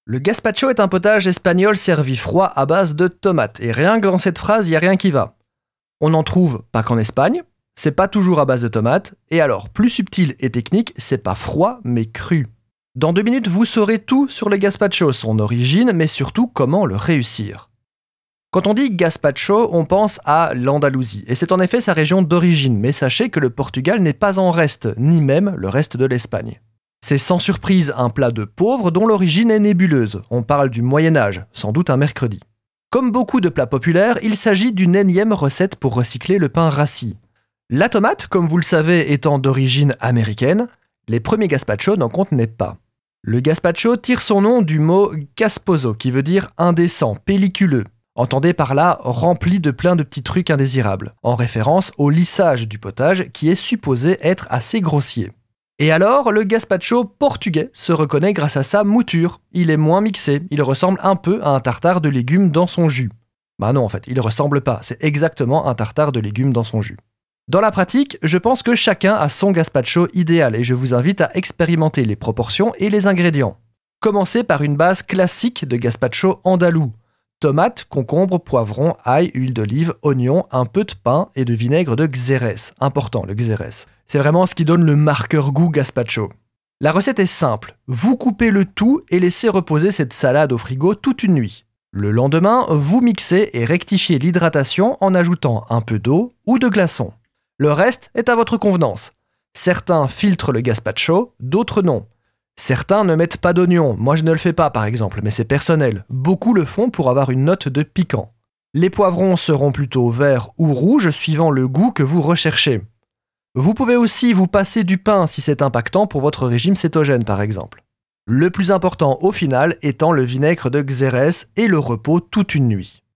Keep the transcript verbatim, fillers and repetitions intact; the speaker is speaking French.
Le gazpacho est un potage espagnol servi froid à base de tomates. Et rien que dans cette phrase, il n'y a rien qui va. On n'en trouve pas qu'en Espagne, c'est pas toujours à base de tomates. Et alors, plus subtil et technique, c'est pas froid, mais cru. Dans deux minutes, vous saurez tout sur le gazpacho, son origine, mais surtout comment le réussir. Quand on dit gazpacho, on pense à l'Andalousie. Et c'est en effet sa région d'origine. Mais sachez que le Portugal n'est pas en reste, ni même le reste de l'Espagne. C'est sans surprise un plat de pauvres dont l'origine est nébuleuse. On parle du Moyen-Âge, sans doute un mercredi. Comme beaucoup de plats populaires, il s'agit d'une énième recette pour recycler le pain rassis. La tomate, comme vous le savez, étant d'origine américaine, les premiers gazpachos n'en contenaient pas. Le gazpacho tire son nom du mot gasposo, qui veut dire indécent, pelliculeux. Entendez par là rempli de plein de petits trucs indésirables, en référence au lissage du potage qui est supposé être assez grossier. Et alors, le gazpacho portugais se reconnaît grâce à sa mouture. Il est moins mixé, il ressemble un peu à un tartare de légumes dans son jus. Bah non, en fait, il ressemble pas, c'est exactement un tartare de légumes dans son jus. Dans la pratique, je pense que chacun a son gazpacho idéal et je vous invite à expérimenter les proportions et les ingrédients. Commencez par une base classique de gazpacho andalou. Tomates, concombres, poivrons, ail, huile d'olive, oignons, un peu de pain et de vinaigre de xérès. Important, le xérès. C'est vraiment ce qui donne le marqueur goût gazpacho. La recette est simple. Vous coupez le tout et laissez reposer cette salade au frigo toute une nuit. Le lendemain, vous mixez et rectifiez l'hydratation en ajoutant un peu d'eau ou de glaçons. Le reste est à votre convenance. Certains filtrent le gazpacho, d'autres non. Certains ne mettent pas d'oignons, moi je ne le fais pas par exemple, mais c'est personnel. Beaucoup le font pour avoir une note de piquant. Les poivrons seront plutôt verts ou rouges suivant le goût que vous recherchez. Vous pouvez aussi vous passer du pain si c'est impactant pour votre régime cétogène par exemple. Le plus important au final étant le vinaigre de xérès et le repos toute une nuit.